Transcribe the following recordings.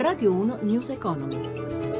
Radio 1 News Economy.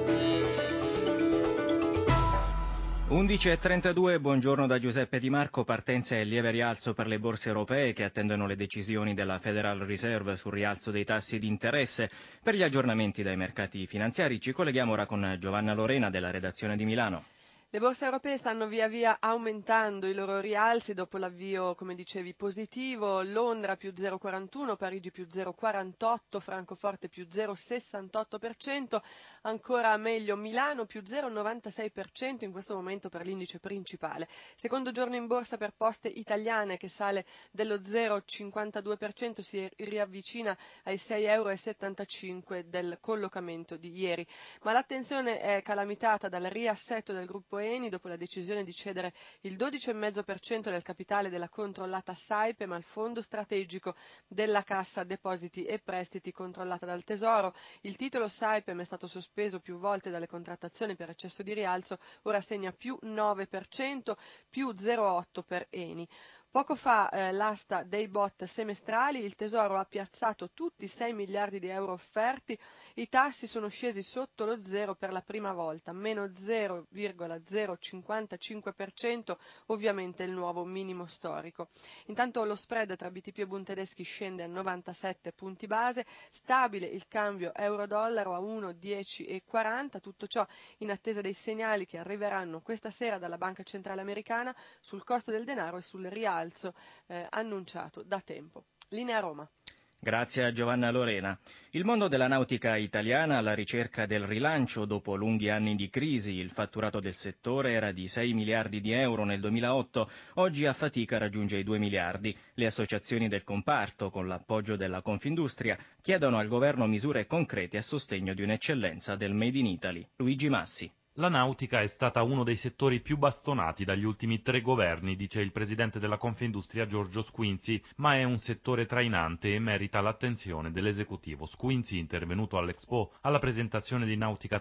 11.32, buongiorno da Giuseppe Di Marco. Partenza e lieve rialzo per le borse europee che attendono le decisioni della Federal Reserve sul rialzo dei tassi di interesse. Per gli aggiornamenti dai mercati finanziari ci colleghiamo ora con Giovanna Lorena della redazione di Milano. Le borse europee stanno via via aumentando i loro rialzi dopo l'avvio, come dicevi, positivo. Londra più 0,41, Parigi più 0,48, Francoforte più 0,68%, ancora meglio Milano più 0,96% in questo momento per l'indice principale. Secondo giorno in borsa per Poste Italiane che sale dello 0,52%, si riavvicina ai 6,75 € del collocamento di ieri. Ma l'attenzione è calamitata dal riassetto del gruppo Eni dopo la decisione di cedere il 12,5% del capitale della controllata Saipem al fondo strategico della Cassa Depositi e Prestiti controllata dal Tesoro. Il titolo Saipem è stato sospeso più volte dalle contrattazioni per eccesso di rialzo, ora segna più 9%, più 0,8% per Eni. Poco fa l'asta dei bot semestrali, il Tesoro ha piazzato tutti i 6 miliardi di euro offerti, i tassi sono scesi sotto lo zero per la prima volta, meno 0,055%, ovviamente il nuovo minimo storico. Intanto lo spread tra BTP e Bund tedeschi scende a 97 punti base, stabile il cambio euro-dollaro a 1,1040, tutto ciò in attesa dei segnali che arriveranno questa sera dalla Banca Centrale Americana sul costo del denaro e sul rialzo annunciato da tempo. Linea Roma. Grazie a Giovanna Lorena. Il mondo della nautica italiana alla ricerca del rilancio dopo lunghi anni di crisi. Il fatturato del settore era di 6 miliardi di euro nel 2008, oggi a fatica raggiunge i 2 miliardi. Le associazioni del comparto, con l'appoggio della Confindustria, chiedono al governo misure concrete a sostegno di un'eccellenza del Made in Italy. Luigi Massi. La nautica è stata uno dei settori più bastonati dagli ultimi 3 governi, dice il presidente della Confindustria Giorgio Squinzi, ma è un settore trainante e merita l'attenzione dell'esecutivo. Squinzi, intervenuto all'Expo, alla presentazione di Nautica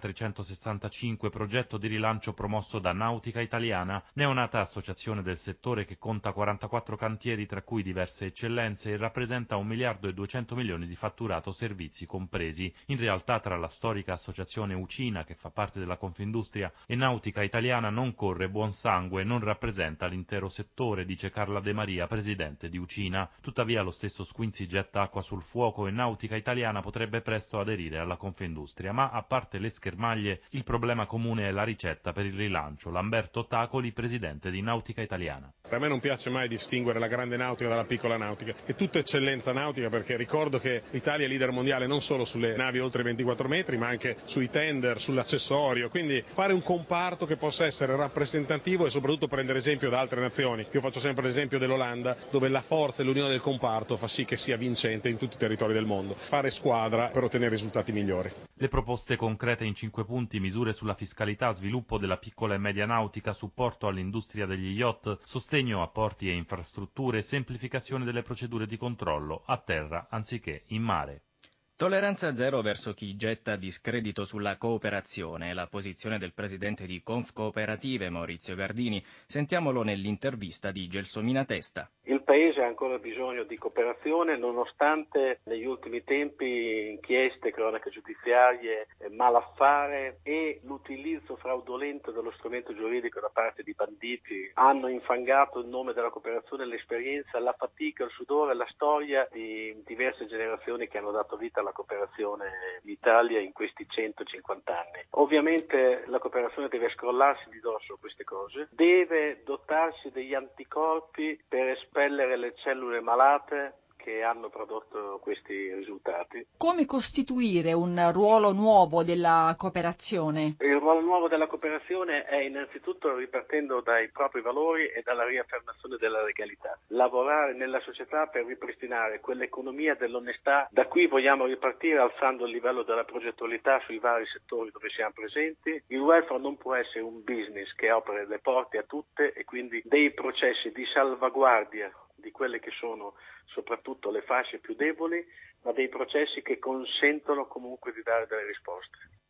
365, progetto di rilancio promosso da Nautica Italiana, neonata associazione del settore che conta 44 cantieri tra cui diverse eccellenze e rappresenta 1 miliardo e 200 milioni di fatturato, servizi compresi. In realtà tra la storica associazione Ucina, che fa parte della Confindustria, e Nautica Italiana non corre buon sangue e non rappresenta l'intero settore, dice Carla De Maria, presidente di Ucina. Tuttavia lo stesso Squinzi getta acqua sul fuoco e Nautica Italiana potrebbe presto aderire alla Confindustria, ma a parte le schermaglie il problema comune è la ricetta per il rilancio. Lamberto Tacoli, presidente di Nautica Italiana. A me non piace mai distinguere la grande nautica dalla piccola nautica, è tutta eccellenza nautica, perché ricordo che l'Italia è leader mondiale non solo sulle navi oltre 24 metri ma anche sui tender, sull'accessorio, quindi fare un comparto che possa essere rappresentativo e soprattutto prendere esempio da altre nazioni. Io faccio sempre l'esempio dell'Olanda, dove la forza e l'unione del comparto fa sì che sia vincente in tutti i territori del mondo. Fare squadra per ottenere risultati migliori. Le proposte concrete in 5 punti: misure sulla fiscalità, sviluppo della piccola e media nautica, supporto all'industria degli yacht, sostegno a porti e infrastrutture, semplificazione delle procedure di controllo a terra anziché in mare. Tolleranza zero verso chi getta discredito sulla cooperazione è la posizione del presidente di Confcooperative, Maurizio Gardini. Sentiamolo nell'intervista di Gelsomina Testa. Il Paese ha ancora bisogno di cooperazione, nonostante negli ultimi tempi inchieste, cronache giudiziarie, malaffare e l'utilizzo fraudolento dello strumento giuridico da parte di banditi hanno infangato il nome della cooperazione, l'esperienza, la fatica, il sudore, la storia di diverse generazioni che hanno dato vita alla cooperazione in Italia in questi 150 anni. Ovviamente la cooperazione deve scrollarsi di dosso queste cose, deve dotarsi degli anticorpi per espellere le cellule malate che hanno prodotto questi risultati. Come costituire un ruolo nuovo della cooperazione? Il ruolo nuovo della cooperazione è innanzitutto ripartendo dai propri valori e dalla riaffermazione della legalità. Lavorare nella società per ripristinare quell'economia dell'onestà da cui vogliamo ripartire, alzando il livello della progettualità sui vari settori dove siamo presenti. Il welfare non può essere un business che apre le porte a tutte e quindi dei processi di salvaguardia di quelle che sono soprattutto le fasce più deboli, ma dei processi che consentono comunque di dare delle risposte.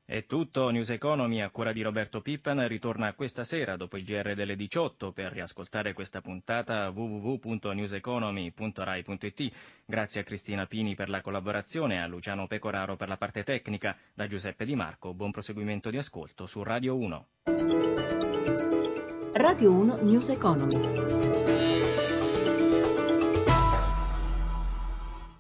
È tutto. News Economy a cura di Roberto Pippan ritorna questa sera dopo il GR delle 18. Per riascoltare questa puntata www.newseconomy.rai.it. Grazie a Cristina Pini per la collaborazione e a Luciano Pecoraro per la parte tecnica. Da Giuseppe Di Marco, buon proseguimento di ascolto su Radio 1. Radio 1 News Economy.